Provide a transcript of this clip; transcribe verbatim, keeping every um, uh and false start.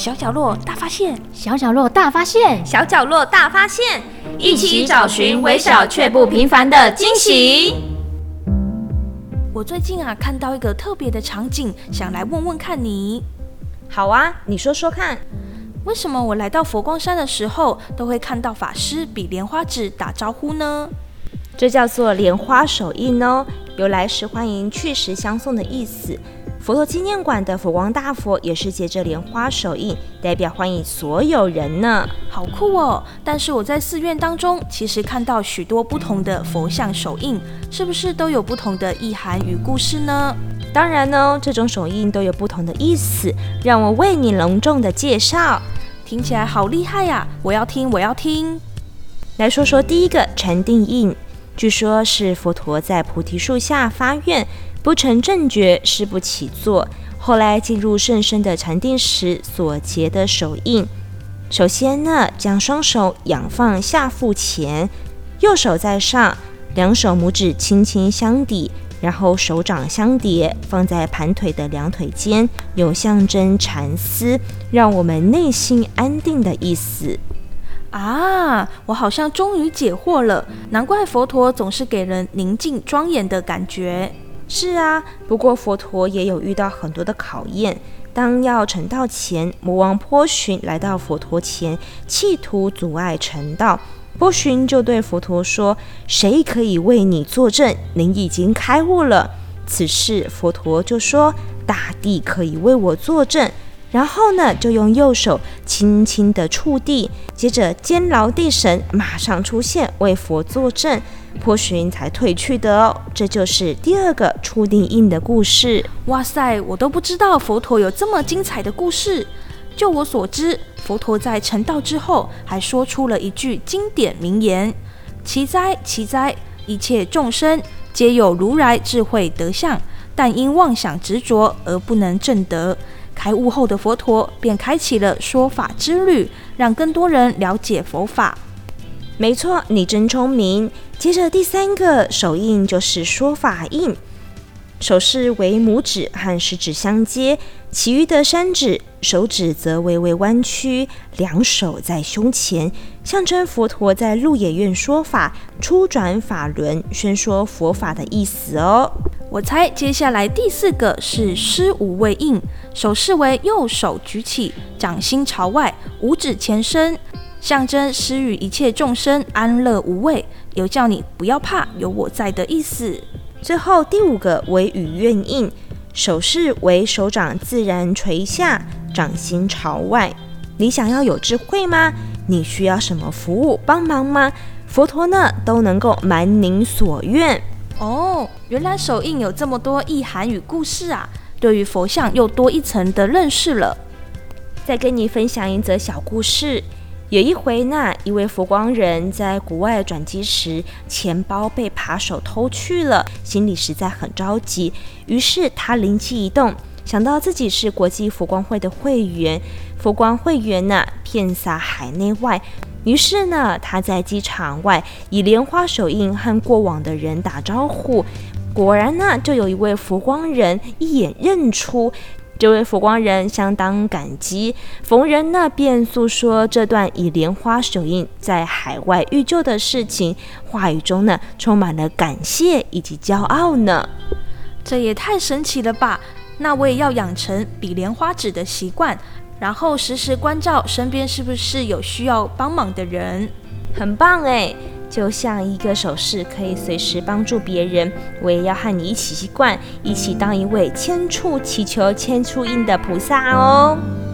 小角落大发现， 小角落大发现， 小角落大发现，一起找寻微小却不平凡的惊喜。 我最近啊看到一个特别的场景，想来问问看你。 好啊，你说说看。 为什么我来到佛光山的时候，都会看到法师比莲花指打招呼呢？ 这叫做莲花手印哦，有来时欢迎去时相送的意思。佛陀纪念馆的佛光大佛也是结着莲花手印，代表欢迎所有人呢。 好酷哦！但是我在寺院当中，其实看到许多不同的佛像手印，是不是都有不同的意涵与故事呢？ 当然哦，这种手印都有不同的意思，让我为你隆重的介绍。 听起来好厉害呀！我要听，我要听。 来说说第一个禅定印，据说是佛陀在菩提树下发愿，不成正觉誓不起坐，后来进入甚深的禅定时所结的手印。首先呢，将双手仰放下腹前，右手在上，两手拇指轻轻相抵，然后手掌相叠，放在盘腿的两腿间，有象征禅思，让我们内心安定的意思。 啊，我好像终于解惑了，难怪佛陀总是给人宁静庄严的感觉。 是啊，不过佛陀也有遇到很多的考验。当要成道前，魔王波旬来到佛陀前，企图阻碍成道。波旬就对佛陀说：“谁可以为你作证？您已经开悟了。”此时佛陀就说：“大地可以为我作证。”然后呢，就用右手轻轻的触地，接着监牢地神马上出现为佛作证，波旬才退去的哦。这就是第二个触定印的故事。 哇塞，我都不知道佛陀有这么精彩的故事。就我所知，佛陀在成道之后，还说出了一句经典名言：“奇哉，奇哉！一切众生皆有如来智慧德相，但因妄想执着而不能证得。”开悟后的佛陀便开启了说法之旅，让更多人了解佛法。 没错，你真聪明。接着第三个手印就是说法印，手势为拇指和食指相接，其余的三指手指则微微弯曲，两手在胸前，象征佛陀在鹿野苑说法，初转法轮，宣说佛法的意思哦。 我猜接下来第四个是施无畏印，手势为右手举起，掌心朝外，五指前伸，象征施予一切众生安乐无畏，有叫你不要怕，有我在的意思。 最后第五个为与愿印，手势为手掌自然垂下，掌心朝外。你想要有智慧吗？你需要什么服务帮忙吗？佛陀呢都能够满您所愿。 哦，原来手印有这么多意涵与故事啊，对于佛像又多一层的认识了。 再跟你分享一则小故事。有一回呢，一位佛光人在国外转机时，钱包被扒手偷去了，心里实在很着急。于是他灵机一动，想到自己是国际佛光会的会员，佛光会员呢遍洒海内外。于是呢，他在机场外以莲花手印和过往的人打招呼。果然呢，就有一位佛光人一眼认出。这位佛光人相当感激，逢人呢便诉说这段以莲花手印在海外遇救的事情，话语中呢充满了感谢以及骄傲呢。 这也太神奇了吧！那我也要养成比莲花指的习惯，然后时时关照身边是不是有需要帮忙的人。 很棒哎！就像一个手势可以随时帮助别人，我也要和你一起习惯，一起当一位千处祈求千处应的菩萨哦。